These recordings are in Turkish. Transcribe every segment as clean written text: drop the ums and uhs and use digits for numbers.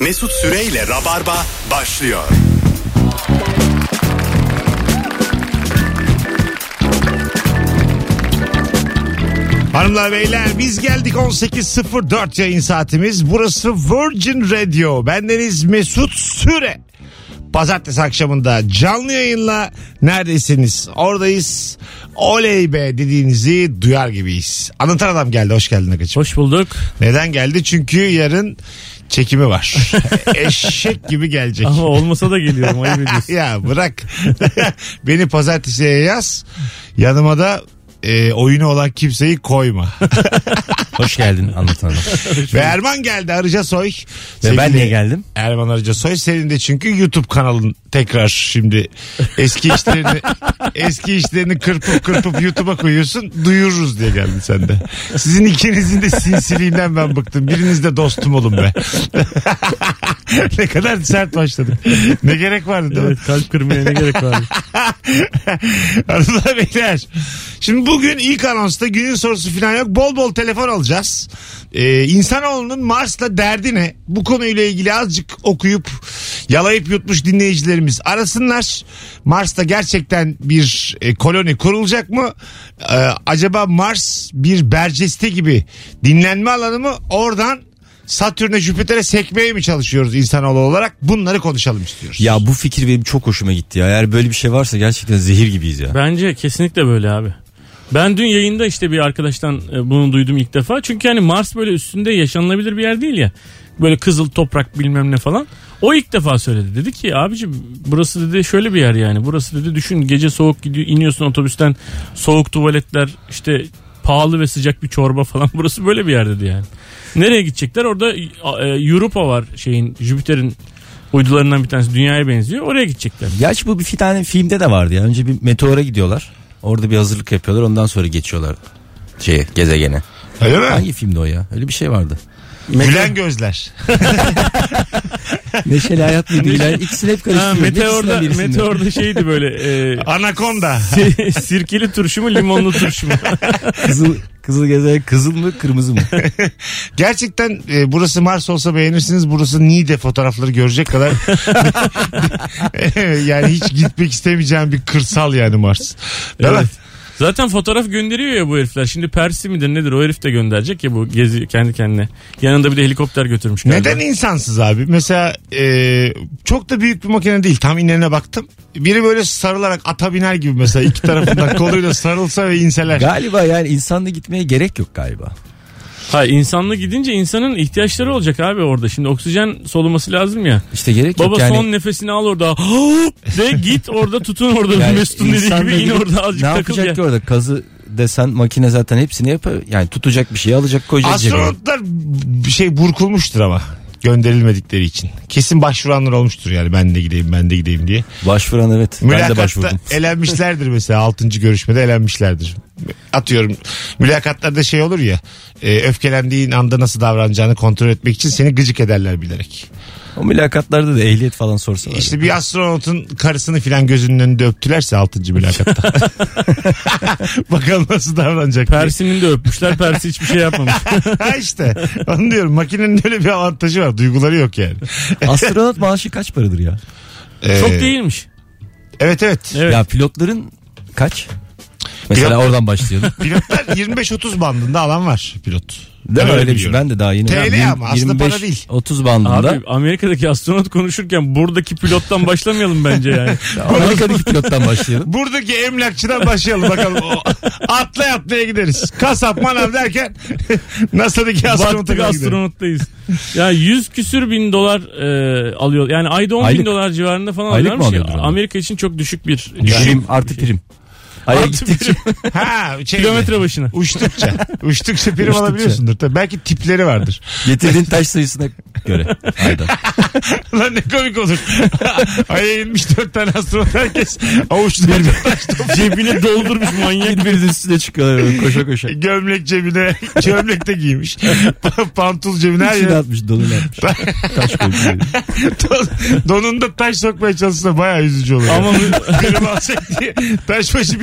Mesut Süreyle Rabarba başlıyor. Hanımlar beyler biz geldik. 18.04 yayın saatimiz. Burası Virgin Radio. Bendeniz Mesut Süre. Pazartesi akşamında canlı yayınla neredesiniz? Oradayız. Oley be dediğinizi duyar gibiyiz. Anlatan Adam geldi. Hoş geldin Akıcığım. Hoş bulduk. Neden geldi? Çünkü yarın çekimi var. Eşek gibi gelecek. Ama olmasa da geliyorum. Ayıp ediyorsun. Ya bırak. Beni pazartesiye yaz. Yanıma da oyunu olan kimseyi koyma. Hoş geldin Anlatan. Ve Erman geldi, Arıca Soy. Ve ben niye geldim? Erman Arıca Soy. Senin de çünkü YouTube kanalın tekrar şimdi eski işlerini kırpıp YouTube'a koyuyorsun. Duyururuz diye geldin sen de. Sizin ikinizin de sinsiliğinden ben bıktım. Biriniz de dostum olun be. Ne kadar sert başladık. Ne gerek vardı değil mi? Evet, kalp kırmaya ne gerek vardı? Hanımlar beyler. Şimdi bugün ilk anonsta günün sorusu falan yok. Bol bol telefon alacağız. İnsanoğlunun Mars'la derdi ne? Bu konuyla ilgili azıcık okuyup yalayıp yutmuş dinleyicilerimiz arasınlar. Mars'ta gerçekten bir koloni kurulacak mı? Acaba Mars bir berceste gibi dinlenme alanı mı? Oradan Satürn'e, Jüpiter'e sekmeye mi çalışıyoruz insanoğlu olarak? Bunları konuşalım istiyoruz. Ya bu fikir benim çok hoşuma gitti ya. Eğer böyle bir şey varsa gerçekten zehir gibiyiz ya. Bence kesinlikle böyle abi. Ben dün yayında işte bir arkadaştan bunu duydum ilk defa. Çünkü hani Mars böyle üstünde yaşanılabilir bir yer değil ya. Böyle kızıl toprak bilmem ne falan. O ilk defa söyledi. Dedi ki abicim burası dedi şöyle bir yer yani. Burası dedi düşün gece soğuk gidiyor, iniyorsun otobüsten, soğuk tuvaletler, işte pahalı ve sıcak bir çorba falan. Burası böyle bir yer dedi yani. Nereye gidecekler? Orada Europa var Jüpiter'in uydularından bir tanesi, dünyaya benziyor. Oraya gidecekler. Gerçi bu bir tane filmde de vardı ya. Önce bir meteora gidiyorlar. Orada bir hazırlık yapıyorlar. Ondan sonra geçiyorlar gezegene. Öyle mi? Hangi filmde o ya? Öyle bir şey vardı. Gülen gözler. Neşeli hayat mıydı? Gülen ikisini hep karıştırıyor. Meteorda şeydi böyle. Anakonda. Sirkeli turşu mu limonlu turşu mu? Kızıl gezegen kızıl mı kırmızı mı? Gerçekten burası Mars olsa beğenirsiniz. Burası Niğde fotoğrafları görecek kadar yani hiç gitmek istemeyeceğim bir kırsal yani Mars. Değil Evet. mi? Zaten fotoğraf gönderiyor ya bu herifler. Şimdi Persi midir nedir o herif de gönderecek ya bu gezi kendi kendine. Yanında bir de helikopter götürmüş galiba. Neden insansız abi? Mesela çok da büyük bir makine değil. Tam inene baktım. Biri böyle sarılarak ata biner gibi mesela iki tarafından koluyla sarılsa ve inseler. Galiba yani insanla gitmeye gerek yok galiba. Hayır, insanla gidince insanın ihtiyaçları olacak abi orada. Şimdi oksijen soluması lazım ya. İşte gerek Baba yok yani. son nefesini al orada. De git orada tutun orada. Yani Mesut'un dediği gibi in orada azıcık ne takıl yapacak ya. ki orada? Kazı desen makine zaten hepsini yapar. Yani tutacak bir şey alacak koyacak cebine. Astronotlar bir şey burkulmuştur ama gönderilmedikleri için. Kesin başvuranlar olmuştur yani ben de gideyim diye. Başvuran evet. Ben de Mülakatta başvurdum. elenmişlerdir mesela 6. görüşmede elenmişlerdir. Atıyorum mülakatlarda şey olur ya öfkelendiğin anda nasıl davranacağını kontrol etmek için seni gıcık ederler bilerek. O mülakatlarda da ehliyet falan sorsalar. İşte bir astronotun karısını filan gözünün önünde öptülerse 6. mülakatta. Bakalım nasıl davranacak. Persi'nin de öpmüşler. Persi hiçbir şey yapmamış. Ha işte onu diyorum, makinenin öyle bir avantajı var, duyguları yok yani. Astronot maaşı kaç paradır ya? Çok değilmiş. Evet. Ya pilotların kaç? Mesela oradan başlayalım. Pilotlar 25-30 bandında alan var pilot. Değil mi öyle bir şey? Ben de daha yeni. TL ama aslında para değil. 30 bandında. Abi Amerika'daki astronot konuşurken buradaki pilottan başlamayalım bence yani. Amerika'daki pilottan başlayalım. Buradaki emlakçıdan başlayalım bakalım. Atlaya gideriz. Kasap manav derken NASA'daki astronota Baktık gidelim. astronottayız. Ya 100 küsür bin dolar alıyor. Yani ayda 10 bin dolar civarında falan aylık mı alıyormuş. alıyordur? Amerika için çok düşük bir Prim artı prim. Aya gittikçe. Ha, kilometre başına. Uçtukça prim alabiliyorsundur. Tabii belki tipleri vardır. Getirdiğin taş sayısına göre. Ayda. Lan ne komik olur. Aya inmiş 4 tane astronot, herkes avuçlarında taş top. Cebine doldurmuş manyak. Birbirinin üstüne çıkıyorlar koşa koşa. Gömlek cebine, gömlek de giymiş. Pantul cebine her İçine yer. atmış, donunu atmış. Taş koymuş. Donunda taş sokmaya çalışsa bayağı üzücü olur. Ama Benim alacak diye taş başı 1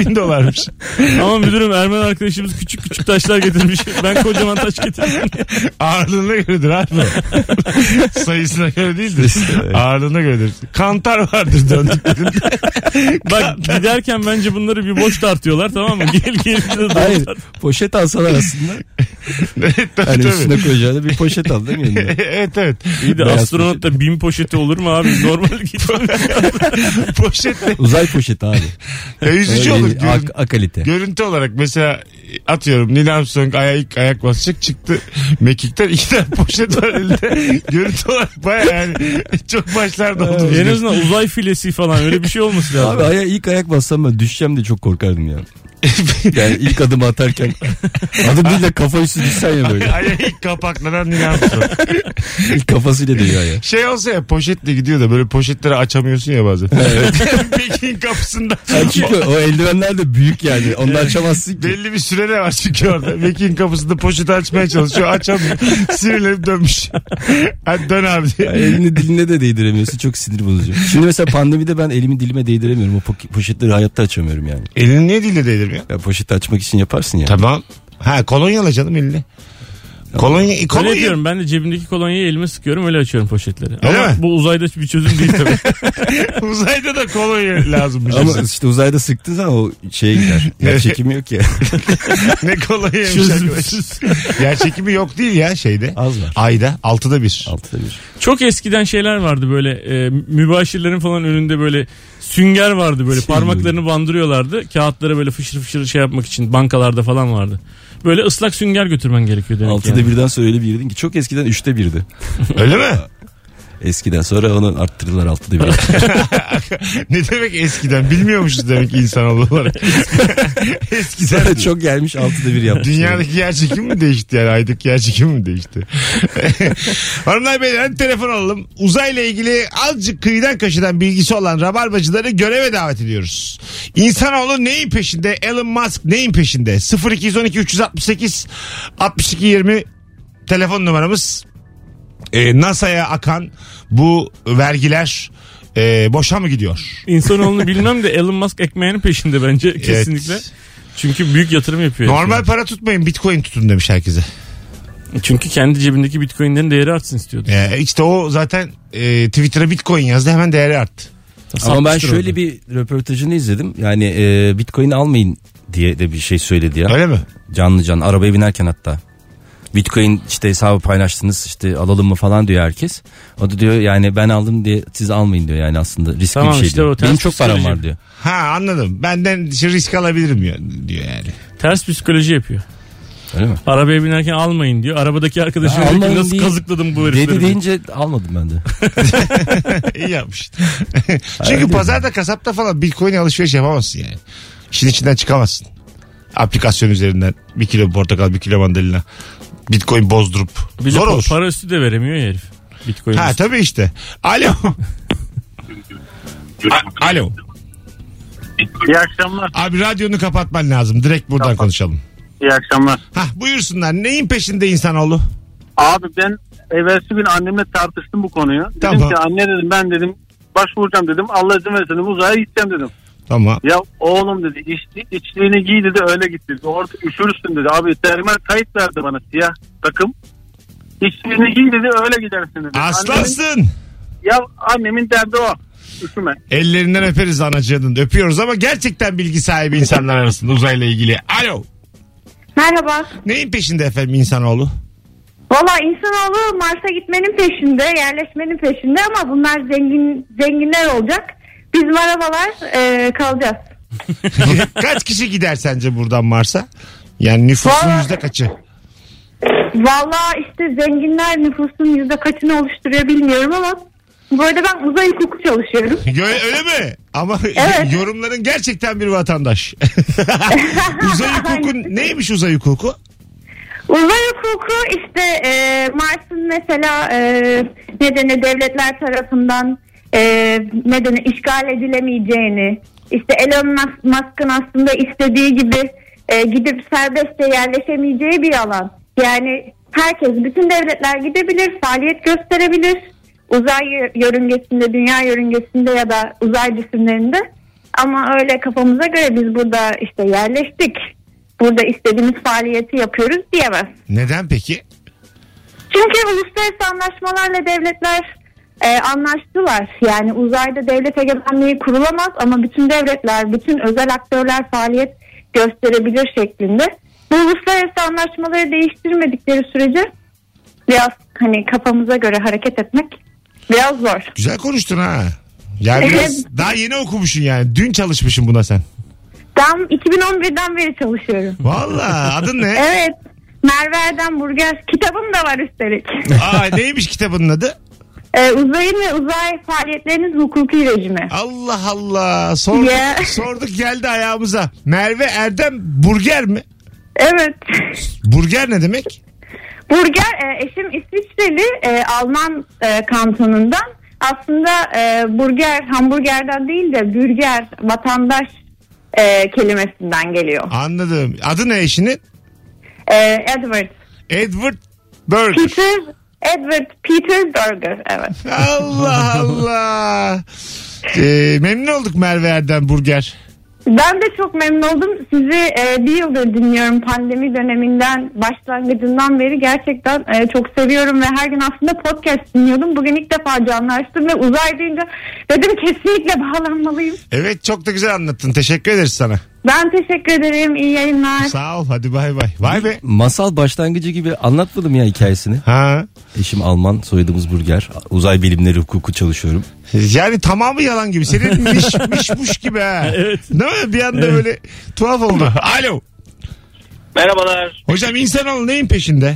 $1000 dolarmış. Ama müdürüm Ermen arkadaşımız küçük küçük taşlar getirmiş. Ben kocaman taş getirdim. Ağırlığına göredir abi. Sayısına göre değildir. Ağırlığına göredir. Kantar vardır döndüklerinde. Bak giderken bence bunları bir boş tartıyorlar, tamam mı? Gelince de Hayır, doğru. poşet alsalar aslında. Evet, tabii, Hani tabii. üstüne koyacağını bir poşet al değil mi? yanına? Evet. İyi de Beyaz astronotta 1000 poşeti olur mu abi? Normal gitmemiz. Poşetle. Uzay poşeti abi. Ya üzücü olur. Akalite. Görüntü olarak mesela atıyorum Neil Armstrong ilk ayak basacak, çıktı mekikten 2 tane poşet var elinde. Görüntü olarak baya yani çok başlarda oldu. En azından uzay filesi falan öyle bir şey olması lazım. Abi ilk ayak bassam ben düşeceğim de çok korkardım ya. Yani ilk adımı atarken adım değil de kafa üstü düşsen ya böyle. Aya ilk kapaklanan Neil Armstrong. İlk kafasıyla değiyor ya. Şey olsa ya, poşetle gidiyor da böyle poşetleri açamıyorsun ya bazen. Evet. Pekin kapısında. Yani çünkü o eldivenler de büyük yani. Onu açamazsın ki. Belli bir süre ne var çünkü orada. Pekin kapısında poşeti açmaya çalışıyor. Açamıyor. Sinirlenip dönmüş. Hadi dön abi diye. Yani elini diline de değdiremiyorsun. Çok sinir bozucu. Şimdi mesela pandemide ben elimi dilime değdiremiyorum. O poşetleri hayatta açamıyorum yani. Elini niye dille değdirmiyor? Ya poşeti açmak için yaparsın ya. Tamam. Ha, kolonya al canım eline. Öyle Kolonya. yapıyorum. Ben de cebimdeki kolonyayı elime sıkıyorum, öyle açıyorum poşetleri. Öyle Ama mi? bu uzayda bir çözüm değil tabii. Uzayda da kolonya lazımmış. Ama işte uzayda sıktığın zaman o şeye gider. Yer çekimi yok ya. Ne kolonyaymış arkadaş. Yer çekimi yok değil ya şeyde. Az var. Ayda 6'da 1. 6'da 1. Çok eskiden şeyler vardı böyle mübaşirlerin falan önünde böyle sünger vardı, böyle parmaklarını bandırıyorlardı. Kağıtları böyle fışır fışır şey yapmak için bankalarda falan vardı. Böyle ıslak sünger götürmen gerekiyor demek 6'da yani. 1'den sonra öyle bir girdin ki çok eskiden 3'te 1'di. Öyle mi? Eskiden, sonra onu arttırdılar 6'da 1'e. Ne demek eskiden? Bilmiyormuşuz demek ki insanoğlu olarak. Eskiden. Sonra çok gelmiş 6'da 1 yapmış. Dünyadaki yer çekimi mi değişti yani? Aydaki yer çekimi mi değişti? Hanımlar beyler, telefon alalım. Uzayla ilgili azıcık kıyıdan köşeden bilgisi olan rabarbacıları göreve davet ediyoruz. İnsanoğlu neyin peşinde? Elon Musk neyin peşinde? 0212 368 62 20 telefon numaramız. NASA'ya akan bu vergiler boşa mı gidiyor? İnsanoğlunu bilmem de Elon Musk ekmeğinin peşinde bence kesinlikle. Evet. Çünkü büyük yatırım yapıyor. Normal yani. para tutmayın, Bitcoin tutun demiş herkese. Çünkü kendi cebindeki Bitcoin'lerin değeri artsın istiyordu. İşte o zaten Twitter'a Bitcoin yazdı, hemen değeri arttı. Ama ben Satmıştır şöyle orada. bir röportajını izledim. Yani Bitcoin almayın diye de bir şey söyledi ya. Öyle mi? Canlı arabaya binerken hatta. Bitcoin işte hesabı paylaştınız, işte alalım mı falan diyor herkes. O da diyor yani ben aldım diye siz almayın diyor, yani aslında riskli Tamam, bir şey işte diyor. o ters Benim çok param psikoloji. var diyor. Ha, anladım. Benden risk alabilirim diyor yani. Ters psikoloji yapıyor. Öyle mi? Arabaya binerken almayın diyor. Arabadaki arkadaşım diyor ki almayın nasıl diye- kazıkladım bu herifleri. Dedi deyince almadım ben de. İyi yapmış. Çünkü pazarda, kasapta falan Bitcoin alışveriş yapamazsın yani. İşin içinden çıkamazsın. Aplikasyon üzerinden 1 kilo portakal, 1 kilo mandalina Bitcoin bozdurup. Bir de Zor olur. para üstü de veremiyor ya herif. Bitcoin Ha üstü. tabii işte. Alo. Alo. İyi akşamlar. Abi radyonu kapatman lazım. Direkt buradan konuşalım. İyi akşamlar. Buyursunlar. Neyin peşinde insanoğlu? Abi ben evvelsi gün annemle tartıştım bu konuyu. Tamam. Dedim ki anne dedim, ben dedim başvuracağım dedim. Allah izin verirse dedim uzaya gideceğim dedim. Tamam. Ya oğlum dedi içliğini giy dedi, öyle git dedi. Orada üşürsün dedi. Abi termal kayıt verdi bana, siyah takım. İçliğini giy dedi, öyle gidersin dedi. Aslansın. Annemin derdi o. Üşüme. Ellerinden öperiz anacığının. Öpüyoruz ama gerçekten bilgi sahibi insanlar arasında uzayla ilgili. Alo. Merhaba. Neyin peşinde efendim insanoğlu? Valla insanoğlu Mars'a gitmenin peşinde, yerleşmenin peşinde ama bunlar zenginler olacak. Biz arabalar kalacağız. Kaç kişi gider sence buradan Mars'a? Yani nüfusun Vallahi- yüzde kaçı? Valla işte zenginler nüfusun yüzde kaçını oluşturuyor bilmiyorum ama bu arada ben uzay hukuku çalışıyorum. Öyle mi? Ama Evet. yorumların gerçekten bir vatandaş. Uzay hukuku neymiş uzay hukuku? Uzay hukuku işte Mars'ın mesela devletler tarafından işgal edilemeyeceğini, işte Elon Musk'ın aslında istediği gibi gidip serbestçe yerleşemeyeceği bir alan. Yani herkes, bütün devletler gidebilir, faaliyet gösterebilir. Uzay yörüngesinde, dünya yörüngesinde ya da uzay cisimlerinde. Ama öyle kafamıza göre biz burada işte yerleştik, burada istediğimiz faaliyeti yapıyoruz diyemez. Neden peki? Çünkü uluslararası anlaşmalarla devletler anlaştılar. Yani uzayda devlet egemenliği kurulamaz ama bütün devletler, bütün özel aktörler faaliyet gösterebilir şeklinde. Bu uluslararası anlaşmaları değiştirmedikleri sürece biraz hani kafamıza göre hareket etmek biraz zor. Güzel konuştun ha. Yani biraz daha yeni okumuşsun yani. Dün çalışmışsın buna sen. Ben 2011'den beri çalışıyorum. Valla adın ne? Evet. Merve Erdem Burger. Kitabım da var üstelik. Neymiş kitabının adı? Uzayın ve uzay faaliyetlerinin hukuki rejimi. Allah Allah. Sorduk geldi ayağımıza. Merve Erdem Burger mi? Evet. Burger ne demek? Burger, eşim İsviçreli, Alman kantonundan. Aslında burger hamburgerden değil de bürger, vatandaş kelimesinden geliyor. Anladım. Adı ne eşinin? Edward. Edward Burger. Edward Peter Burger, evet. Allah Allah. Memnun olduk Merve Erdem Burger. Ben de çok memnun oldum. Sizi bir yıldır dinliyorum, pandemi döneminden başlangıcından beri. Gerçekten çok seviyorum ve her gün aslında podcast dinliyordum. Bugün ilk defa canlı açtım ve uzay deyince dedim kesinlikle bağlanmalıyım. Evet, çok da güzel anlattın. Teşekkür ederiz sana. Ben teşekkür ederim. İyi yayınlar. Sağ ol. Hadi bay bay. Vay be. Masal başlangıcı gibi anlatmadım ya hikayesini. Ha. Eşim Alman, soyadımız Burger. Uzay bilimleri hukuku çalışıyorum. Yani tamamı yalan gibi. Senin mişmuş gibi ha. Evet. Değil mi? Bir anda böyle tuhaf oldu. Alo. Merhabalar. Hocam insanoğlu neyin peşinde?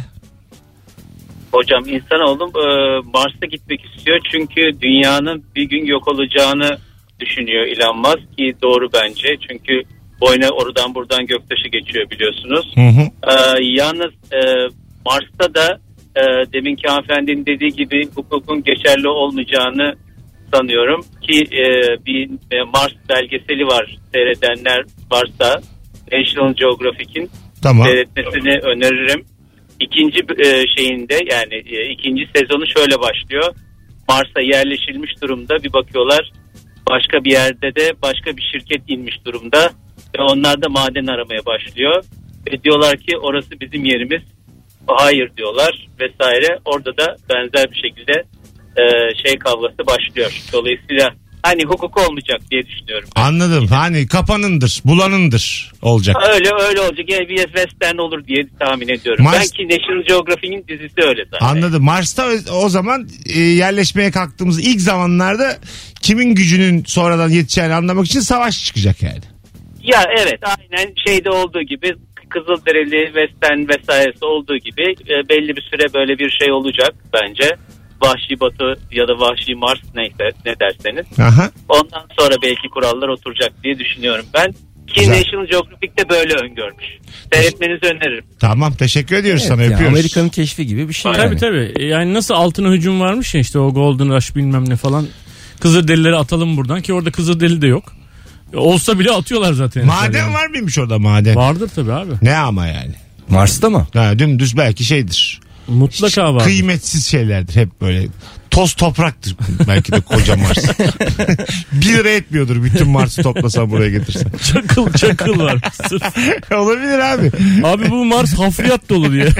Hocam insanoğlu Mars'a gitmek istiyor. Çünkü dünyanın bir gün yok olacağını düşünüyor Elon Musk, ki doğru bence. Çünkü boyuna oradan buradan göktaşı geçiyor biliyorsunuz. Yalnız Mars'ta da deminki hanımefendinin dediği gibi hukukun geçerli olmayacağını sanıyorum ki bir Mars belgeseli var, seyredenler varsa National Geographic'in Tamam. seyretmesini öneririm. İkinci şeyinde yani ikinci sezonu şöyle başlıyor. Mars'a yerleşilmiş durumda, bir bakıyorlar başka bir yerde de başka bir şirket inmiş durumda ve onlar da maden aramaya başlıyor ve diyorlar ki orası bizim yerimiz, hayır diyorlar vesaire. Orada da benzer bir şekilde kavgası başlıyor. Dolayısıyla hani hukuk olmayacak diye düşünüyorum. Anladım. Hani kapanındır, bulanındır olacak. Öyle olacak. Yani bir western olur diye tahmin ediyorum. Belki National Geographic'in dizisi öyle zaten. Anladım. Mars'ta o zaman yerleşmeye kalktığımız ilk zamanlarda kimin gücünün sonradan yetişeceğini anlamak için savaş çıkacak yani. Ya evet, aynen şeyde olduğu gibi, Kızılderili western vesairesi olduğu gibi belli bir süre böyle bir şey olacak bence. Vahşi Batı ya da Vahşi Mars, neyse ne derseniz. Aha. Ondan sonra belki kurallar oturacak diye düşünüyorum ben. Ki Güzel. National Geographic de böyle öngörmüş. Seyretmenizi öneririm. Tamam, teşekkür ediyoruz sana, Yani öpüyoruz. Amerika'nın keşfi gibi bir şey. Tabii. Yani nasıl altına hücum varmış ya, işte o Golden Rush bilmem ne falan. Kızılderilileri atalım buradan, ki orada Kızılderili de yok. Olsa bile atıyorlar zaten. Maden yani. var mıymış orada, maden? Vardır tabii abi. Ne ama yani? Mars'ta mı? Ha, dümdüz belki şeydir. Mutlaka var. Kıymetsiz şeylerdir hep böyle. Toz topraktır belki de koca Mars. 1 lira etmiyordur bütün Mars'ı toplasan buraya getirsen. Çakıl var. Sırf. Olabilir abi. Abi bu Mars hafriyat dolu diye.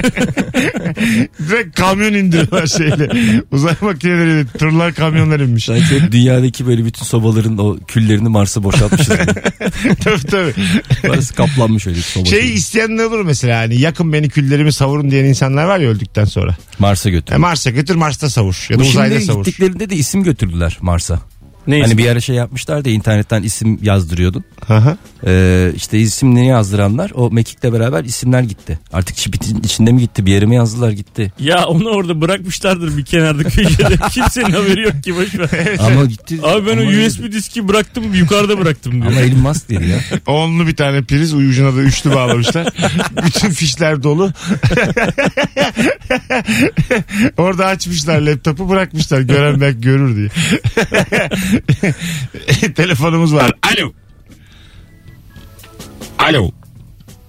Direkt kamyon indiriyorlar şeyle. Uzay makineleri, tırlar, kamyonlar inmiş. Sanki hep dünyadaki böyle bütün sobaların o küllerini Mars'a boşaltmışız. Tabii. Mars kaplanmış öyle soba. Şey isteyen ne olur mesela, hani yakın beni, küllerimi savurun diyen insanlar var ya öldükten sonra. Mars'a götür. Mars'a götür, Mars'ta savur. Ya da uzayda Şimdi savur. gittiklerinde de isim götürdüler Mars'a. Ne Hani isim? bir ara şey yapmışlar da internetten isim yazdırıyordun. Aha. İşte isimleri yazdıranlar o mekikle beraber isimler gitti. Artık çipin içinde mi gitti, bir yere mi yazdılar gitti. Ya onu orada bırakmışlardır bir kenarda köşede. Kimsenin haberi yok ki, boşver. Ama gitti. Abi ben o USB diski bıraktım, yukarıda bıraktım diyor. Ama Elon Musk dedi ya. Onlu bir tane priz, ucuna da üçlü bağlamışlar. Bütün fişler dolu. Orada açmışlar laptopu, bırakmışlar. Gören belki görür diye. Telefonumuz var. Alo.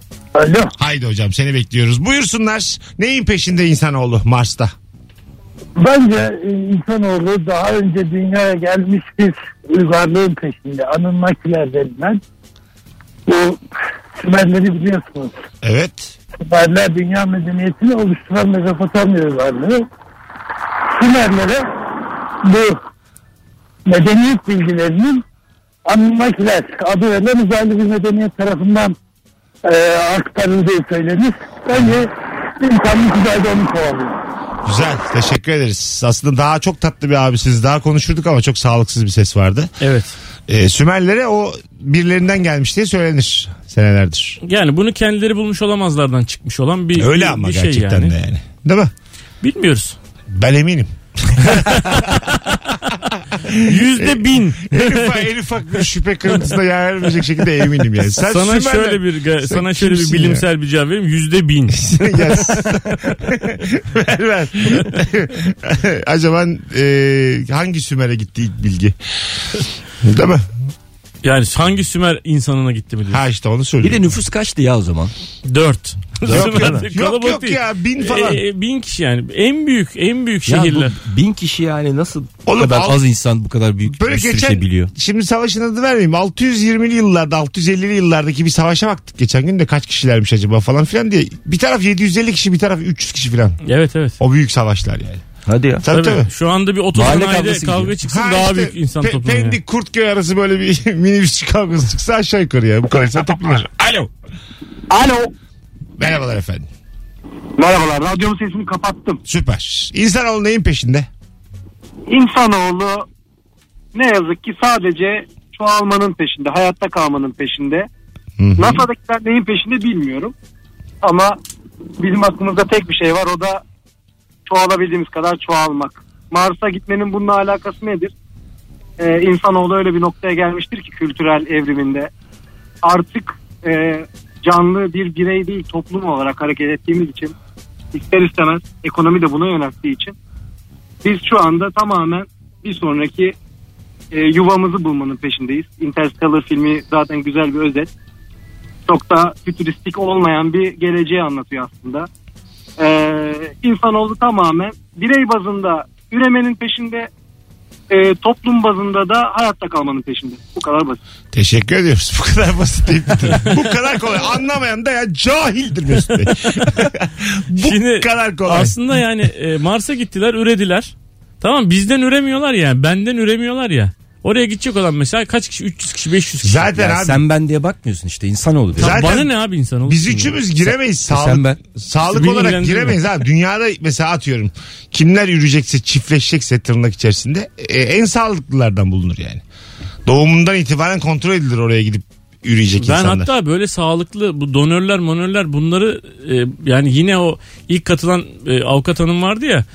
Alo. Haydi hocam, seni bekliyoruz. Buyursunlar. Neyin peşinde insanoğlu Mars'ta? Bence insanoğlu daha önce dünyaya gelmiş bir uygarlığın peşinde. Anunnakiler denilen. Bu Sümerleri biliyorsunuz. Evet. Sümerler dünya medeniyetini oluşturan Mezopotamya uygarlığı. Sümerlere bu medeniyet bilgilerinin Anunnakiler adı verilen uzaylı bir medeniyet tarafından aktarıldığı söylenir. Bence insanlık uzayda onu kovalıyor. Güzel. Teşekkür ederiz. Aslında daha çok tatlı bir abisiniz. Daha konuşurduk ama çok sağlıksız bir ses vardı. Evet. Sümerlere o birilerinden gelmiş diye söylenir senelerdir. Yani bunu kendileri bulmuş olamazlardan çıkmış olan bir Öyle bir, ama bir şey gerçekten yani. de yani. Değil mi? Bilmiyoruz. Ben eminim. %1000. En ufak bir şüphe kırıntısına yer vermeyecek şekilde eminim yani. Sen Sana Sümerler- şöyle bir kimsin bilimsel bir cevap vereyim. %1000. ver. Acaba hangi Sümer'e gitti ilk bilgi? Değil mi? Yani hangi Sümer insanına gitti mi diyorsun? Ha işte onu Bir söylüyorum. de nüfus kaçtı ya o zaman? 4. Yok ya 1000 falan. 1000 kişi yani. En büyük Ya şehirler. bu 1000 kişi yani nasıl Oğlum, bu kadar al- az insan bu kadar büyük Böyle bir sürü geçen şey biliyor. şimdi savaşın adını vermeyeyim. 620'li yıllarda 650'li yıllardaki bir savaşa baktık geçen gün de kaç kişilermiş acaba falan filan diye. Bir taraf 750 kişi bir taraf 300 kişi filan. Evet. O büyük savaşlar yani. Hadi ya. Tabii. Şu anda bir Mahalle otosanayide kavgası kavga gidiyor. çıksın Ha daha işte, büyük insan toplumu. Pendik Kurtköy arası böyle bir minibüsçü kavgası çıksa aşağı yukarı ya. Bu kadar insan toplanır. Alo. Alo. Merhabalar efendim. Merhabalar. Radyomun sesini kapattım. Süper. İnsanoğlu neyin peşinde? İnsanoğlu ne yazık ki sadece çoğalmanın peşinde, hayatta kalmanın peşinde. NASA'dakiler neyin peşinde bilmiyorum. Ama bizim aklımızda tek bir şey var, o da çoğalabildiğimiz kadar çoğalmak. Mars'a gitmenin bununla alakası nedir? İnsanoğlu öyle bir noktaya gelmiştir ki kültürel evriminde artık canlı bir birey değil toplum olarak hareket ettiğimiz için, ister istemez ekonomi de buna yönelttiği için biz şu anda tamamen bir sonraki yuvamızı bulmanın peşindeyiz. Interstellar filmi zaten güzel bir özet. Çok da fütüristik olmayan bir geleceği anlatıyor aslında. İnsanoğlu tamamen birey bazında üremenin peşinde, toplum bazında da hayatta kalmanın peşinde. Bu kadar basit. Teşekkür ediyoruz. Bu kadar basit değil midir? Bu kadar kolay. Anlamayan da ya cahildir Mesut Bey. Bu kadar kolay. Aslında yani Mars'a gittiler, ürediler. Tamam, bizden üremiyorlar ya, benden üremiyorlar ya. Oraya gidecek olan mesela kaç kişi? 300 kişi, 500 kişi. Zaten Yani abi. sen ben diye bakmıyorsun işte insanoğlu diyor. Zaten Bana ne abi insan olur? Biz üçümüz giremeyiz. sen ben. Sağlık Beni olarak ilgilendirmiyor. giremeyiz abi. Dünyada mesela atıyorum. Kimler yürüyecekse, çiftleşecekse tırnak içerisinde en sağlıklılardan bulunur yani. Doğumundan itibaren kontrol edilir oraya gidip yürüyecek Ben insanlar. hatta böyle sağlıklı bu donörler bunları yani yine o ilk katılan avukat hanım vardı ya,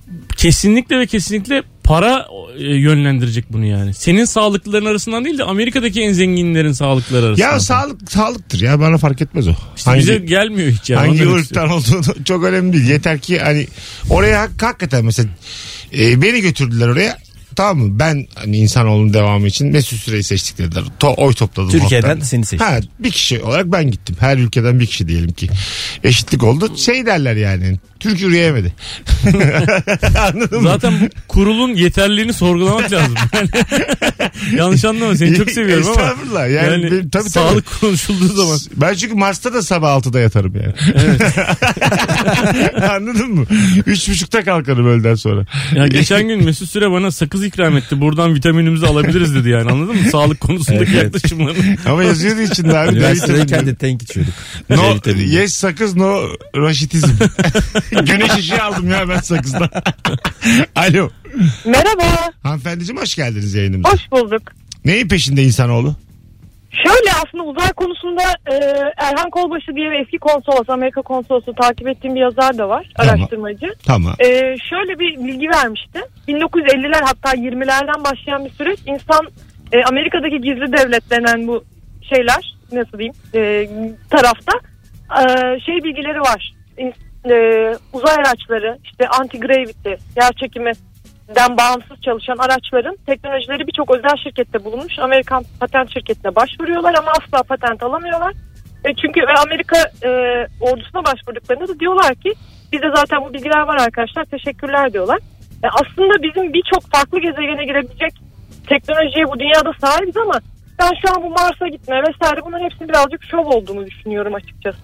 kesinlikle para yönlendirecek bunu yani. Senin sağlıklıların arasından değil de Amerika'daki en zenginlerin sağlıkları arasından. Ya sağlıktır ya, bana fark etmez o. İşte bize gelmiyor hiç yani. Hangi Ondan ırktan olduğunu çok önemli değil. Yeter ki hani oraya hakikaten mesela beni götürdüler oraya. Tamam mı? Ben hani insanoğlunun devamı için Mesut Süre'yi seçtik dediler. Oy topladım. Türkiye'den halktan. seni seçtim. Ha, bir kişi olarak ben gittim. Her ülkeden bir kişi diyelim ki. Eşitlik oldu. Şey derler yani. Türk yürüyemedi. Anladın mı? Zaten bu kurulun yeterliliğini sorgulamak lazım. Yani, yanlış anlama, seni çok seviyorum ama. Estağfurullah. Yani, tabii, sağlık konuşulduğu zaman. Ben çünkü Mars'ta da sabah 6'da yatarım yani. Evet. Anladın mı? 3.30'da kalkarım öğleden sonra. Ya geçen gün Mesut Süre bana sakız ikram etti. Buradan vitaminimizi alabiliriz dedi yani, anladın mı? Sağlık konusundaki Evet. yaklaşımlarını. Ama yazıyordu içinde abi. Üniversitedeyken de tank içiyorduk. No, Vitamini. yes sakız, no raşitizm. Güneş ışığı aldım ya ben sakızdan. Alo. Merhaba, Hanımefendiciğim hoş geldiniz yayınımıza. hoş bulduk. Neyin peşinde insanoğlu? Şöyle, aslında uzay konusunda Erhan Kolbaşı diye bir eski konsolos, Amerika konsolosu, takip ettiğim bir yazar da var, Tamam. araştırmacı. Tamam. Şöyle bir bilgi vermişti. 1950'ler hatta 20'lerden başlayan bir süreç. İnsan Amerika'daki gizli devlet denen bu şeyler, nasıl diyeyim, tarafta şey bilgileri var. Uzay araçları, işte anti-gravity, yer çekiminden bağımsız çalışan araçların teknolojileri birçok özel şirkette bulunmuş. Amerikan patent şirketine başvuruyorlar ama asla patent alamıyorlar. Çünkü Amerika ordusuna başvurduklarında da diyorlar ki bizde zaten bu bilgiler var arkadaşlar, teşekkürler diyorlar. Aslında bizim birçok farklı gezegene girebilecek teknolojiye bu dünyada sahibiz ama ben şu an bu Mars'a gitme vesaire bunların hepsinin birazcık şov olduğunu düşünüyorum açıkçası.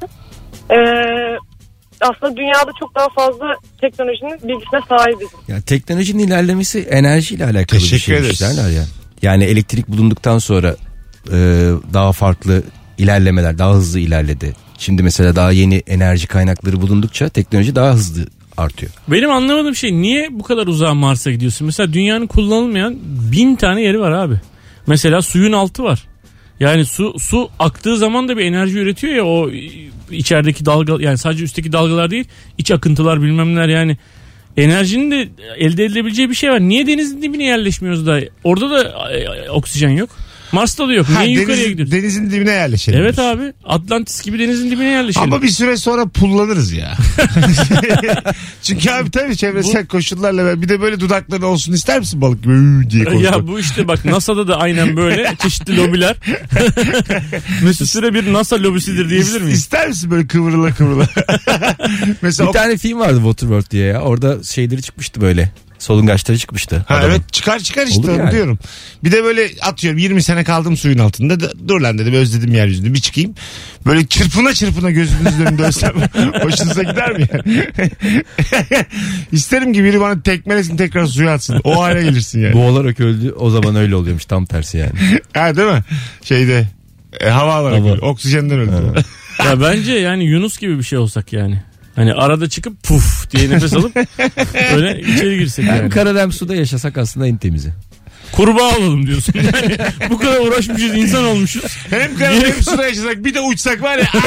Aslında dünyada çok daha fazla teknolojinin bilgisine sahibiz. Ya teknolojinin ilerlemesi enerjiyle alakalı bir şey derler ya. Yani elektrik bulunduktan sonra daha farklı ilerlemeler, daha hızlı ilerledi. Şimdi mesela daha yeni enerji kaynakları bulundukça teknoloji daha hızlı artıyor. Benim anlamadığım şey, niye bu kadar uzağa Mars'a gidiyorsun? Mesela dünyanın kullanılmayan 1000 tane yeri var abi. Mesela suyun altı var. Yani su aktığı zaman da bir enerji üretiyor ya, o içerideki dalga, yani sadece üstteki dalgalar değil, iç akıntılar bilmem neler, yani enerjinin de elde edilebileceği bir şey var. Niye denizin dibine yerleşmiyoruz da? Orada da oksijen yok. Mars'ta da yok. Niye yukarıya gidiyoruz? Denizin dibine yerleşelim. Evet abi. Atlantis gibi denizin dibine yerleşelim. Ama bir süre sonra pullanırız ya. Çünkü abi tabii çevresel koşullarla bir de böyle dudakları olsun ister misin balık gibi diye konuşmak? Ya bu işte bak, NASA'da da aynen böyle çeşitli lobiler. Mesut Süre bir NASA lobisidir diyebilir miyiz? İster misin böyle kıvrıla kıvrıla? Mesela bir tane film vardı Waterworld diye ya. Orada şeyleri çıkmıştı böyle. Solungaçları çıkmıştı. Ha, evet çıkar işte onu diyorum. Bir de böyle atıyorum 20 sene kaldım suyun altında. Dur lan dedim, özledim yeryüzünü, bir çıkayım. Böyle çırpına gözünüzün önünde ölsem hoşunuza gider mi yani? İsterim ki biri bana tekmelesin, tekrar suya atsın. O hale gelirsin yani. Boğularak öldü, o zaman öyle oluyormuş, tam tersi yani. Ha değil mi? Şeyde hava alarak öldü. Oksijenden öldü. Ya bence yani Yunus gibi bir şey olsak yani. Hani arada çıkıp puf diye nefes alıp öyle içeri girsek yani. Hem karada hem suda yaşasak aslında en temizi. Kurbağa olalım diyorsun. Yani bu kadar uğraşmışız, insan olmuşuz. Hem karada hem suda yaşasak, bir de uçsak var ya.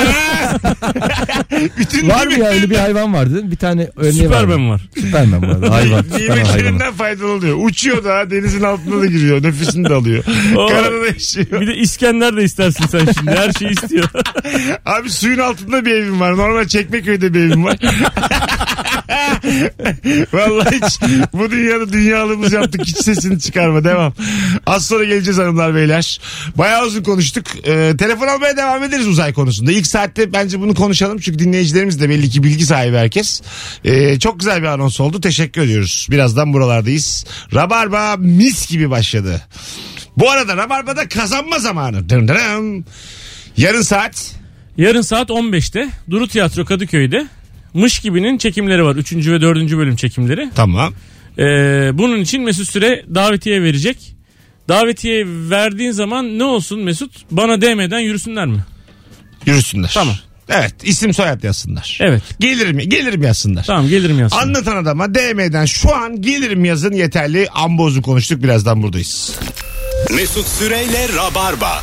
Bütün var mı ya, öyle bir hayvan vardı. Bir tane örneği Süperman var. Süperman var. Hayvan. Nimetlerinden faydalı oluyor. Uçuyor da denizin altında da giriyor. Nefesini de alıyor. Karada da yaşıyor. Bir de İskender de istersin sen şimdi. Her şeyi istiyor. Abi suyun altında bir evim var. Normal Çekmeköy'de bir evim var. Vallahi hiç bu dünyada dünyalığımız yaptık. Hiç sesini çıkarma. Devam. Az sonra geleceğiz hanımlar beyler. Bayağı uzun konuştuk. Telefon almaya devam ederiz uzay konusunda. İlk saatte bence bunu konuşalım. Çünkü dinleyicilerimiz de belli ki bilgi sahibi herkes. Çok güzel bir anons oldu. Teşekkür ediyoruz. Birazdan buralardayız. Rabarba mis gibi başladı. Bu arada Rabarba'da kazanma zamanı. Dım dım. Yarın saat 15'te Duru Tiyatro Kadıköy'de Mış Gibi'nin çekimleri var. 3. ve 4. bölüm çekimleri. Tamam. Bunun için Mesut Süre davetiye verecek. Davetiye verdiğin zaman ne olsun Mesut? Bana DM'den yürüsünler mi? Yürüsünler. Tamam. Evet, isim soyad yazsınlar. Evet. Gelirim yazsınlar. Tamam, gelirim yazsınlar. Anlatan adama DM'den şu an gelirim yazın yeterli. Amboz'u konuştuk, birazdan buradayız. Mesut Süreyle Rabarba.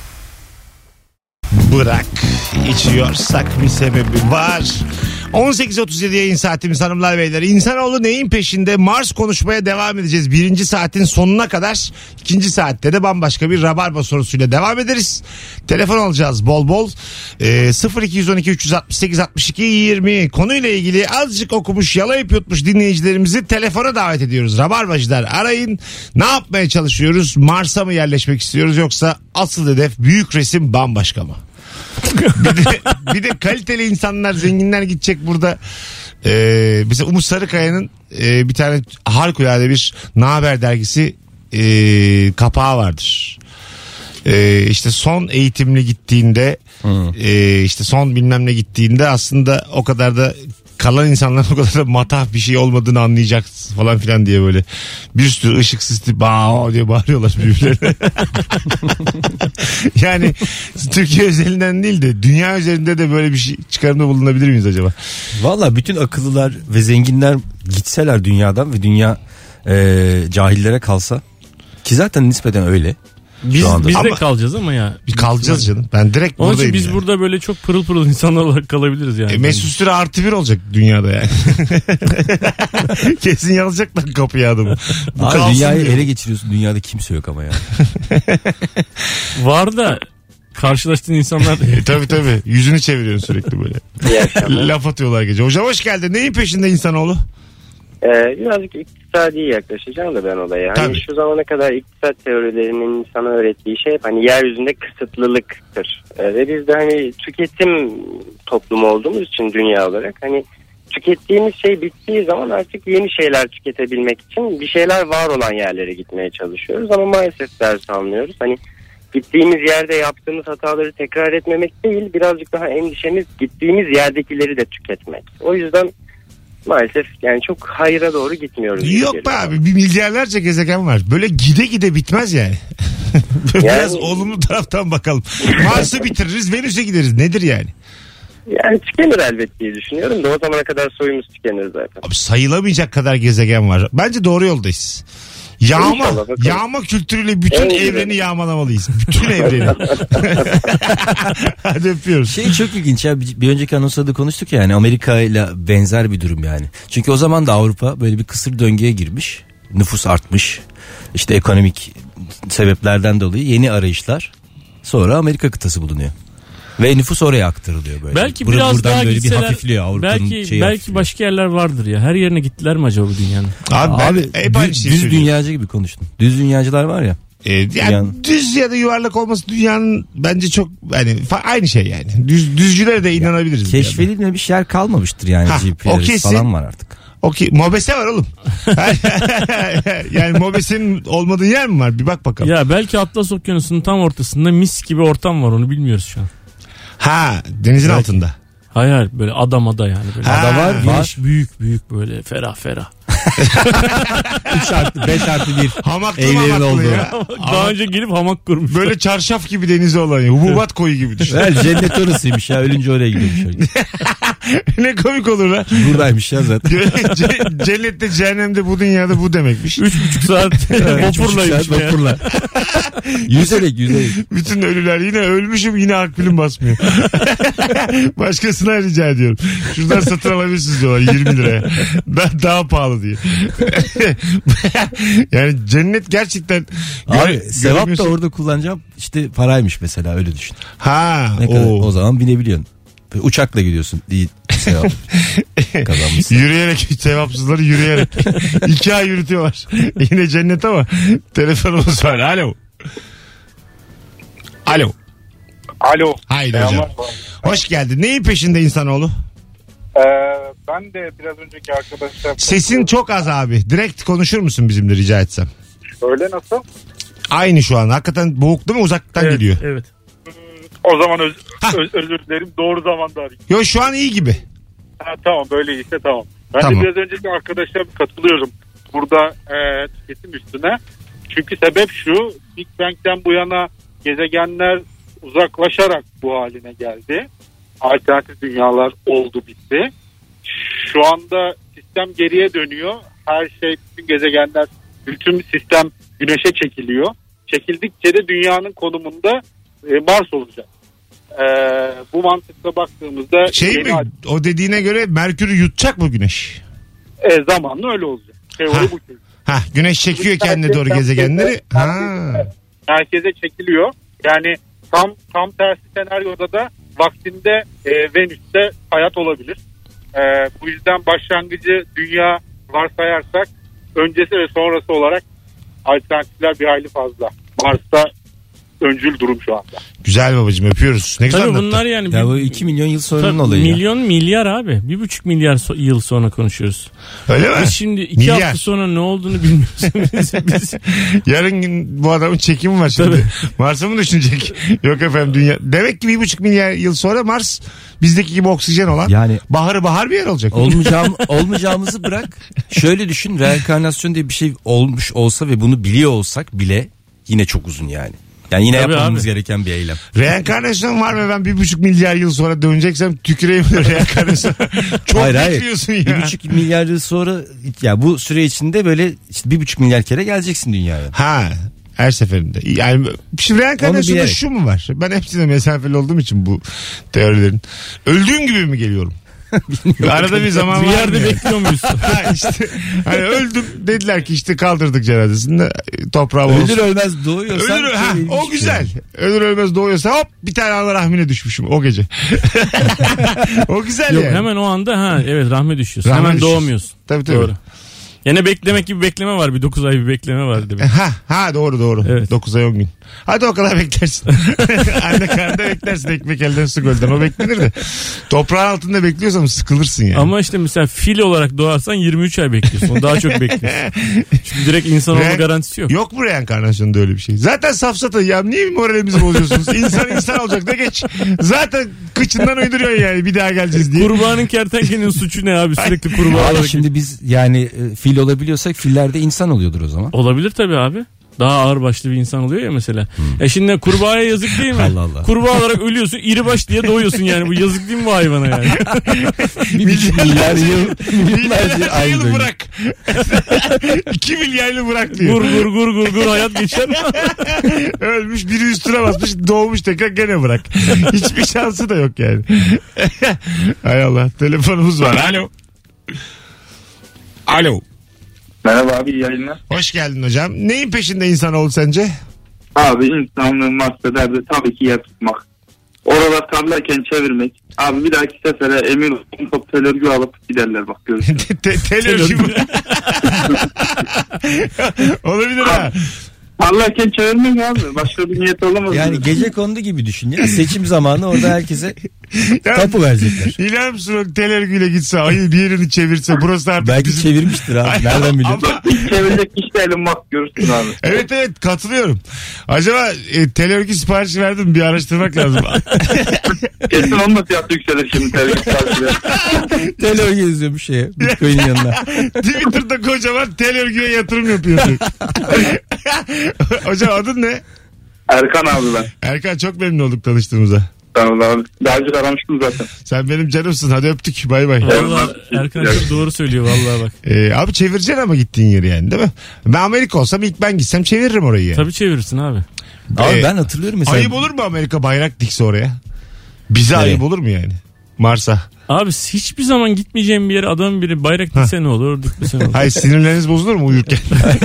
Bırak içiyorsak bir sebebi var. 18.37 yayın saatimiz hanımlar beyler. İnsanoğlu neyin peşinde? Mars konuşmaya devam edeceğiz. Birinci saatin sonuna kadar. İkinci saatte de bambaşka bir Rabarba sorusuyla devam ederiz. Telefon alacağız bol bol. 0212 368 62 20. Konuyla ilgili azıcık okumuş, yalayıp yutmuş dinleyicilerimizi telefona davet ediyoruz. Rabarbacılar arayın. Ne yapmaya çalışıyoruz? Mars'a mı yerleşmek istiyoruz, yoksa asıl hedef büyük resim bambaşka mı? bir de kaliteli insanlar, zenginler gidecek burada. Mesela Umut Sarıkaya'nın bir tane harikulade bir Naber dergisi kapağı vardır. İşte son eğitimli gittiğinde işte son bilmem ne gittiğinde aslında o kadar da kalan insanların o kadar da matah bir şey olmadığını anlayacaksın falan filan diye böyle bir sürü ışıksız tip diye bağırıyorlar birbirlerine. Yani Türkiye özelinden değil de dünya üzerinde de böyle bir şey çıkarımda bulunabilir miyiz acaba? Valla bütün akıllılar ve zenginler gitseler dünyadan ve dünya cahillere kalsa, ki zaten nispeten öyle. Biz de kalacağız ama ya. Bir kalacağız canım. Ben direkt onun buradayım. için biz yani. Burada böyle çok pırıl pırıl insanlar olarak kalabiliriz yani. Mesut Süre +1 olacak dünyada yani. Kesin yazacaklar kapıya adamı. Abi dünyayı ele geçiriyorsun. Dünyada kimse yok ama ya. Var da karşılaştığın insanlar. Tabii. Yüzünü çeviriyorsun sürekli böyle. Laf atıyorlar gece. Hocam hoş geldin. Neyin peşinde insanoğlu? Birazcık iktisadi yaklaşacağım da ben olaya. Hani Tabii. şu zamana kadar iktisat teorilerinin insana öğrettiği şey hep hani yeryüzünde kısıtlılıktır. Ve biz de hani tüketim toplumu olduğumuz için dünya olarak hani tükettiğimiz şey bittiği zaman artık yeni şeyler tüketebilmek için bir şeyler var olan yerlere gitmeye çalışıyoruz. Ama maalesef ders almıyoruz. Hani gittiğimiz yerde yaptığımız hataları tekrar etmemek değil, birazcık daha endişemiz gittiğimiz yerdekileri de tüketmek. O yüzden maalesef yani çok hayra doğru gitmiyoruz. Yok be abi, bir milyarlarca gezegen var. Böyle gide gide bitmez yani. Biraz olumlu taraftan bakalım. Mars'ı bitiririz, Venüs'e gideriz. Nedir yani? Yani tükenir elbet diye düşünüyorum da o zamana kadar soyumuz tükenir zaten. Abi sayılamayacak kadar gezegen var. Bence doğru yoldayız. Yağma kültürüyle bütün evreni yağmalamalıyız. Bütün evreni. Hadi öpüyoruz. Çok ilginç ya, bir önceki anonsda da konuştuk ya, yani Amerika ile benzer bir durum yani. Çünkü o zaman da Avrupa böyle bir kısır döngüye girmiş. Nüfus artmış. İşte ekonomik sebeplerden dolayı yeni arayışlar. Sonra Amerika kıtası bulunuyor. Ve nüfus oraya aktarılıyor böyle. Belki biraz daha böyle gitseler, bir hafifliyor Avrupa'nın belki başka yerler vardır ya. Her yerine gittiler mi acaba bu dünyanın? Abi düz dünyacı gibi konuştun. Düz dünyacılar var ya. Yani düz ya da yuvarlak olması dünyanın bence çok hani aynı şey yani. Düzcülere de inanabiliriz. Keşfedilmemiş yer kalmamıştır yani. GPS falan var artık. Okey. Mobese var oğlum. Yani Mobese'nin olmadığı yer mi var? Bir bak bakalım. Ya belki Atlas Okyanusu'nun tam ortasında mis gibi ortam var, onu bilmiyoruz şu an. Ha, denizin altında. Hayır, böyle ada yani. Böyle. Ada var. Büyük böyle ferah. 3+5+1 hamaklı ya. Daha önce gelip hamak kurmuş. Böyle çarşaf gibi denizi olan ya. Hububat koyu gibi düşün. Cennet orasıymış ya. Ölünce oraya gidiyormuş. Ne komik olur lan. Buradaymış ya zaten. Cennette cehennemde bu dünyada bu demekmiş. 3,5 saat vapurla. Yüzerek. Bütün ölüler yine ölmüşüm, yine akbilim basmıyor. Başkasına rica ediyorum. Şuradan satın alabilirsiniz diyorlar 20 liraya. Daha pahalı diye. Yani cennet gerçekten. Abi sevap da orada kullanacağım işte paraymış mesela, öyle düşün. O zaman binebiliyorsun. Uçakla gidiyorsun. İyi sevap kazanmışsın. Yürüyerek, sevapsızları yürüyerek. 2 ay yürütüyorlar. Yine cennet ama telefonumuz var. Alo. Haydi hocam. Hoş geldin. Neyin peşinde insanoğlu? Ben de biraz önceki arkadaşlar... Sesin çok az abi. Direkt konuşur musun bizimle rica etsem? Öyle nasıl? Aynı şu an. Hakikaten boğuk değil mi? Uzaktan geliyor. Evet. O zaman özür dilerim. Doğru zamanda arayayım. Yo, şu an iyi gibi. Tamam, böyleyse tamam. Ben de biraz önceki arkadaşlara katılıyorum. Burada tüketim üstüne. Çünkü sebep şu. Big Bang'den bu yana gezegenler uzaklaşarak bu haline geldi. Alternatif dünyalar oldu, bitti. Şu anda sistem geriye dönüyor. Her şey, bütün gezegenler, bütün sistem güneşe çekiliyor. Çekildikçe de dünyanın konumunda Mars olacak. Bu mantıkla baktığımızda... O dediğine göre Merkür'ü yutacak mı güneş? Zamanla öyle olacak. Teori bu. Güneş çekiyor kendine doğru gezegenleri. Merkeze çekiliyor. Yani tam tersi senaryoda da vaktinde Venüs'te hayat olabilir. Bu yüzden başlangıcı dünya varsayarsak öncesi ve sonrası olarak alternatifler bir hayli fazla. Mars'ta öncül durum şu anda. Güzel babacığım, öpüyoruz. Ne güzel anlattın. Bunlar yani. Ya bu 2 milyon yıl sonranın olayı. Milyar abi. 1,5 milyar yıl sonra konuşuyoruz. Öyle mi? Biz şimdi 2 hafta sonra ne olduğunu bilmiyoruz. Yarın bu adamın çekimi var şimdi. Mars'a mı düşünecek? Yok efendim, dünya. Demek ki 1,5 milyar yıl sonra Mars bizdeki gibi oksijen olan, yani bahar bir yer olacak. Olmayacağımızı bırak. Şöyle düşün, reenkarnasyon diye bir şey olmuş olsa ve bunu biliyor olsak bile yine çok uzun yani. Yani yine yapmamız gereken bir eylem. Reenkarnasyon var mı? Ben 1,5 milyar yıl sonra döneceksem tüküreyim reenkarnasyon. Çok bekliyorsun ya. 1,5 milyar yıl sonra ya bu süre içinde böyle işte 1,5 milyar kere geleceksin dünyaya. Her seferinde. Yani şimdi reenkarnasyonda şu mu var? Ben hepsine mesafeli olduğum için bu teorilerin. Öldüğüm gibi mi geliyorum? Arada bir zaman bir yerde bekliyor muyuz? İşte, hani öldüm dediler ki işte kaldırdık cenazesinde toprağa olsun. Ölür ölmez doğuyorsan. O güzel. Ölür ölmez doğuyorsa hop bir tane Allah rahmine düşmüşüm o gece. O güzel. Yok, yani. Hemen o anda evet rahme düşüyorsun. Hemen doğmuyorsun. Tabii. Doğru. Yani beklemek gibi bekleme var. Bir 9 ay bir bekleme var demek. Ha doğru. Evet. 9 ay 10 gün. Hadi o kadar beklersin. Anne karnında beklersin, ekmek elden su gölden. O beklenir de. Toprağın altında bekliyorsan sıkılırsın yani. Ama işte mesela fil olarak doğarsan 23 ay bekliyorsun. O daha çok bekliyorsun. Çünkü direkt insan olma garantisi yok. Yok mu reenkarnasyonda öyle bir şey? Zaten safsata ya, niye moralimizi bozuyorsunuz? İnsan olacak ne geç. Zaten kıçından uyduruyorsun yani bir daha geleceğiz diye. Kurbağanın kertenkelenin suçu ne abi, sürekli kurbağa olarak. Şimdi biz yani fil olabiliyorsak filler de insan oluyordur o zaman. Olabilir tabii abi. Daha ağır başlı bir insan oluyor ya mesela. Şimdi kurbağaya yazık değil mi? Allah Allah. Kurbağa olarak ölüyorsun, iri baş diye doğuyorsun yani. Bu yazık değil mi bu hayvana yani? milyar yıl yıl bırak. 2 milyar yıl bırak diyor. Gur hayat geçer. Ölmüş, biri üstüne basmış, doğmuş tekrar gene bırak. Hiçbir şansı da yok yani. Hay Allah, telefonumuz var. Alo. Merhaba abi, iyi yayınlar. Hoş geldin hocam. Neyin peşinde insanoğlu sence? Abi insanlığın maksadı tabii ki yer tutmak. Oralar tarlayken çevirmek. Abi bir dahaki sefere emin olun tel örgü alıp giderler, bak görürsün. Tel örgü mü? Olabilir ha. Tarlayken çevirmek abi. Başka bir niyet olamaz. Yani gecekondu gibi düşün ya. Seçim zamanı orada herkese tapu verecekler. İler misin, tel örgüyle gitse, ayı bir yerini çevirse burası artık belki bizim... çevirmiştir abi. Nereden biliyorsun? Ama hiç çevirecek işte elim bak görürsün abi. Evet katılıyorum. Acaba tel örgü siparişi verdim, bir araştırmak lazım. Kesin onunla fiyatı yükselir şimdi tel örgü siparişi. Tel örgü yazıyormuş şeye. Bitcoin'in yanına. Twitter'da kocaman tel örgüye yatırım yapıyorsun. Hocam adın ne? Erkan abi ben. Erkan, çok memnun olduk tanıştığımıza. Tamam abi. Daha önce aramıştım zaten. Sen benim canımsın. Hadi öptük. Bay bay. Vallahi Erkan çok doğru söylüyor vallahi bak. Abi çevireceksin ama gittiğin yeri yani, değil mi? Ben Amerika olsam ilk ben gitsem çeviririm orayı yani. Tabii çevirirsin abi. Abi ben hatırlıyorum mesela. Ayıp olur mu Amerika bayrak dikse oraya? Bize ayıp olur mu yani? Mars'a. Abi hiçbir zaman gitmeyeceğim bir yere adamın biri bayrak dikse ne olur, dikmese ne olur? Hayır, sinirleriniz bozulur mu uyurken?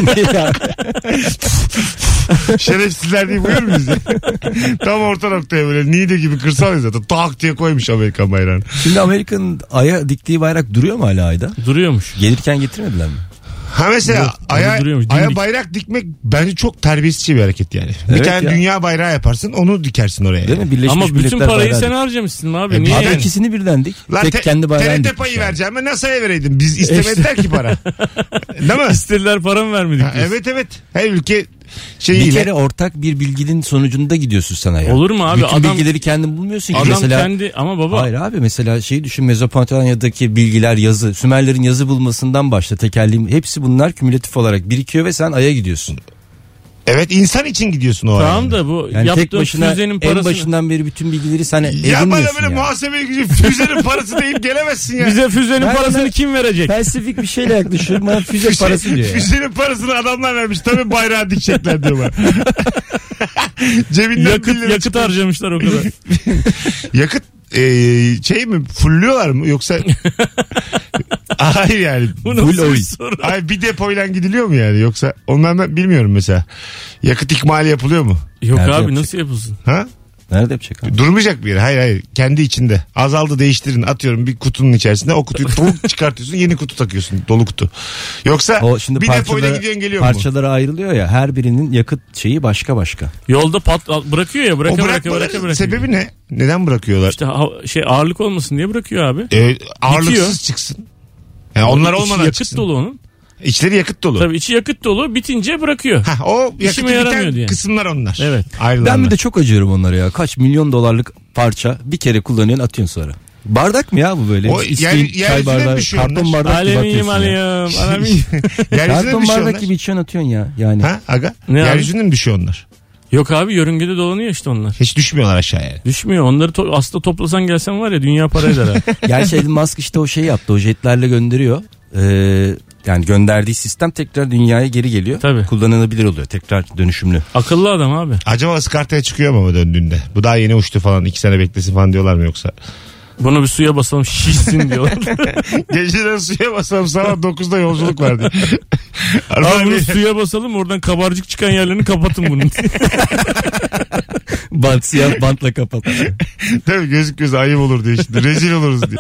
Şerefsizler diye uyur muyuz ya? Tam orta noktaya böyle Niğde gibi kırsal zaten tak diye koymuş Amerikan bayrağını. Şimdi Amerika'nın aya diktiği bayrak duruyor mu hala ayda? Duruyormuş. Gelirken getirmediler mi? Ha mesela aya bayrak dikmek bence çok terbiyesizce bir hareket yani. Bir Evet tane ya. dünya bayrağı yaparsın, onu dikersin oraya. Değil mi? Birleşmiş Ama bütün Milletler parayı bayrağı sen dik. harcamışsın abi. Niye Abi yani? ikisini birden dik. Lan Tek kendi bayrağını TRT payı dikmiş vereceğim ben NASA'ya vereydim. Biz istemediler ki para. Değil mi? İstediler, para mı vermedik biz? Evet. Her ülke Bir şeyiyle. kere ortak bir bilginin sonucunda gidiyorsun sana ya. Olur mu abi? Bütün Adam, bilgileri kendin bulmuyorsun ki. adam Mesela, kendi ama baba. hayır abi, mesela şeyi düşün, Mezopotamya'daki bilgiler, yazı, Sümerlerin yazı bulmasından başla, tekerleğim, hepsi bunlar kümülatif olarak birikiyor ve sen Ay'a gidiyorsun. Evet, insan için gidiyorsun o Tamam yani. da bu Yani tek yaptığın başına füzenin en parasını. başından beri bütün bilgileri sen Ya edinmiyorsun bana böyle yani. muhasebe gücü füzenin parası deyip gelemezsin ya. Bize füzenin Ben parasını de- kim verecek? Felsefik bir şeyle yaklaşıyorum, bana füze parası diyor ya. Füzenin parasını adamlar vermiş. Tabii bayrağı dikecekler diyorlar. Cebinden Yakıt harcamışlar o kadar. Yakıt şey mi? Fulluyorlar mı? Yoksa hayır yani. Bu nasıl Full bir oil. soru? Hayır, bir depoyla gidiliyor mu yani? Yoksa ondan ben bilmiyorum mesela. Yakıt ikmali yapılıyor mu? Yok Nerede abi yapacak? nasıl yapılsın? Ha? Nerede yapacak abi? Durmayacak bir yer. Hayır. Kendi içinde. Azaldı, değiştirin. Atıyorum bir kutunun içerisinde. O kutuyu çıkartıyorsun. Yeni kutu takıyorsun. Dolu kutu. Yoksa O şimdi bir depoyla gidiyorsun, geliyor mu? parçalara ayrılıyor ya, her birinin yakıt şeyi başka başka. Yolda bırakıyor ya, O bırakıyor. bırakmaların sebebi ne? Neden bırakıyorlar? İşte ağırlık olmasın diye bırakıyor abi. Ağırlıksız Bitiyor. çıksın. Yani onlar İçi olmadan yakıt çıksın. dolu onun. İçleri yakıt dolu. Tabii içi yakıt dolu, bitince bırakıyor. O yakıtı İşime yaramıyor biten diye. kısımlar onlar. Evet. Ayrılanlar. Ben bir de çok acıyorum onlara ya. Kaç milyon dolarlık parça bir kere kullanıyorsun, atıyorsun sonra. Bardak mı ya bu böyle? O yeryüzüne bardağı, düşüyor karton onlar. bardak gibi Alemiyim atıyorsun ya. aleyim. Alemiyim. Yeryüzüne Karton düşüyor bardak onlar. gibi içiyorsun, atıyorsun ya. Yani. Ha aga? Ne abi? Yeryüzüne mi düşüyor onlar? Yok abi, yörüngede dolanıyor işte onlar. Hiç düşmüyorlar aşağıya. Düşmüyor. Onları aslında toplasan gelsen var ya, dünya para eder ha. Gerçi Elon Musk işte o şeyi yaptı. O jetlerle gönderiyor. Yani gönderdiği sistem tekrar dünyaya geri geliyor. Tabii. Kullanılabilir oluyor. Tekrar dönüşümlü. Akıllı adam abi. Acaba ıskartaya çıkıyor mu döndüğünde? Bu daha yeni uçtu falan. 2 sene beklesin falan diyorlar mı yoksa? Bunu bir suya basalım şişsin diyorlar. Geceden suya basalım, sabah 9'da yolculuk vardı. Abi bunu suya basalım, oradan kabarcık çıkan yerlerini kapatın bunun. Siyah bantla kapat. Tabii gözük göz ayıp olur diye şimdi. Rezil oluruz diye.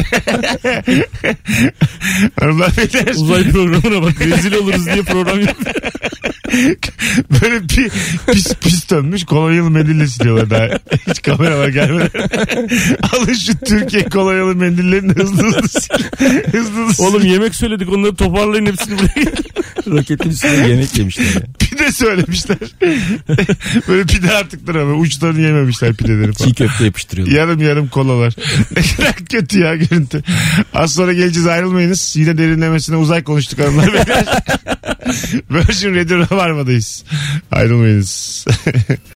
Hanımlar beyler. Uzay programına bak, rezil oluruz diye program yapıyor. Böyle pis dönmüş kolonyalı mendille siliyorlar daha. Hiç kameralar gelmeden. Alın şu Türkiye kolonyalı mendillerini hızlı sil. Oğlum yemek söyledik, onları toparlayın hepsini buraya. Roketin üstüne yemek yemişler ya. Pide söylemişler. Böyle pide artıklar ama uçlarını yememişler pideleri falan. Çiğ köfte yapıştırıyorlar. Yarım kolalar. Ne kadar kötü ya görüntü. Az sonra geleceğiz, ayrılmayınız. Yine derinlemesine uzay konuştuk hanımlar beyler. Virgin Radio Rabarba'dayız. Ayrılmayınız.